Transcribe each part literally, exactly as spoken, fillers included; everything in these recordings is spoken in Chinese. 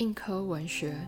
硬科文学，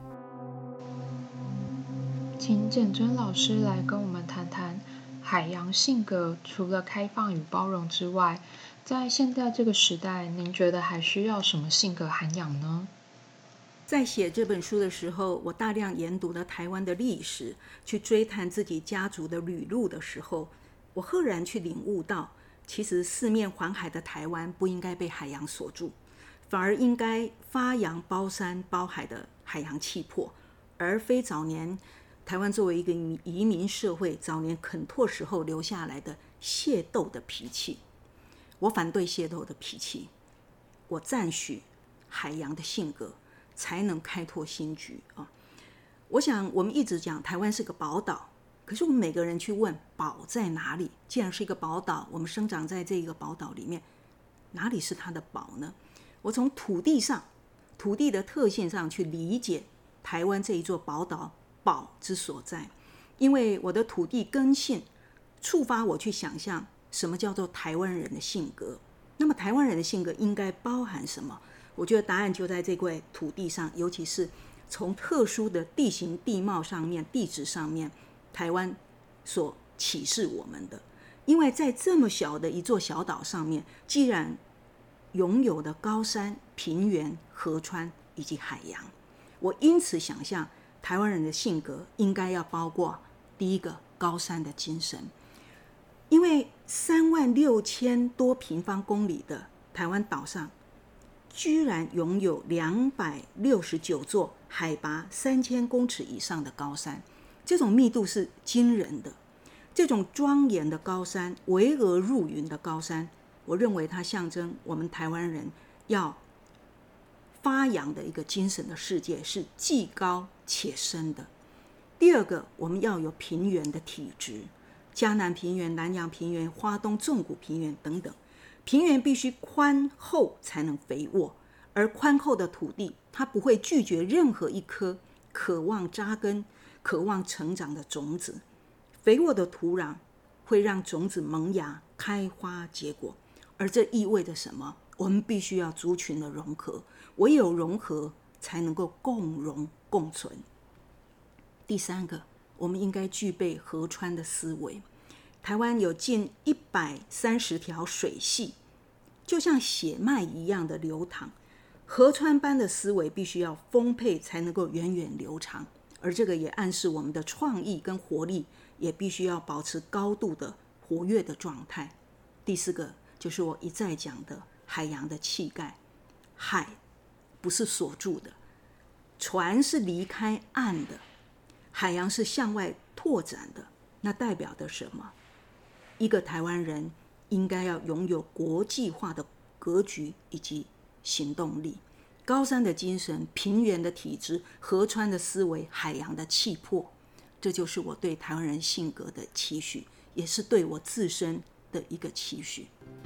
请简真老师来跟我们谈谈海洋性格除了开放与包容之外，在现在这个时代，您觉得还需要什么性格涵养呢？ 在写这本书的时候，我大量研读了台湾的历史，去追探自己家族的旅路的时候，我赫然去领悟到，其实四面环海的台湾不应该被海洋锁住，反而应该发扬包山包海的海洋气魄，而非早年台湾作为一个移民社会，早年垦拓时候留下来的械斗的脾气。我反对械斗的脾气，我赞许海洋的性格，才能开拓新局啊！我想我们一直讲台湾是个宝岛，可是我们每个人去问宝在哪里？既然是一个宝岛，我们生长在这个宝岛里面，哪里是它的宝呢？我从土地上、土地的特性上去理解台湾这一座宝岛宝之所在，因为我的土地根性触发我去想象什么叫做台湾人的性格。那么台湾人的性格应该包含什么？我觉得答案就在这块土地上，尤其是从特殊的地形地貌上面、地质上面，台湾所启示我们的。因为在这么小的一座小岛上面，既然拥有的高山、平原、河川以及海洋，我因此想象台湾人的性格应该要包括第一个高山的精神。因为三万六千多平方公里的台湾岛上，居然拥有两百六十九座海拔三千公尺以上的高山，这种密度是惊人的。这种庄严的高山，巍峨入云的高山，我认为它象征我们台湾人要发扬的一个精神的世界，是既高且深的。第二个，我们要有平原的体质，嘉南平原、南洋平原、花东纵谷平原等等。平原必须宽厚才能肥沃，而宽厚的土地，它不会拒绝任何一颗渴望扎根、渴望成长的种子。肥沃的土壤会让种子萌芽、开花结果，而这意味着什么？我们必须要族群的融合，唯有融合才能够共荣共存。第三个，我们应该具备河川的思维。台湾有近一百三十条水系，就像血脉一样的流淌，河川般的思维必须要丰沛，才能够源远流长。而这个也暗示我们的创意跟活力也必须要保持高度的活跃的状态。第四个就是我一再讲的海洋的气概，海不是锁住的，船是离开岸的，海洋是向外拓展的。那代表的什么？一个台湾人应该要拥有国际化的格局以及行动力，高山的精神、平原的体质、河川的思维、海洋的气魄，这就是我对台湾人性格的期许，也是对我自身的一个期许。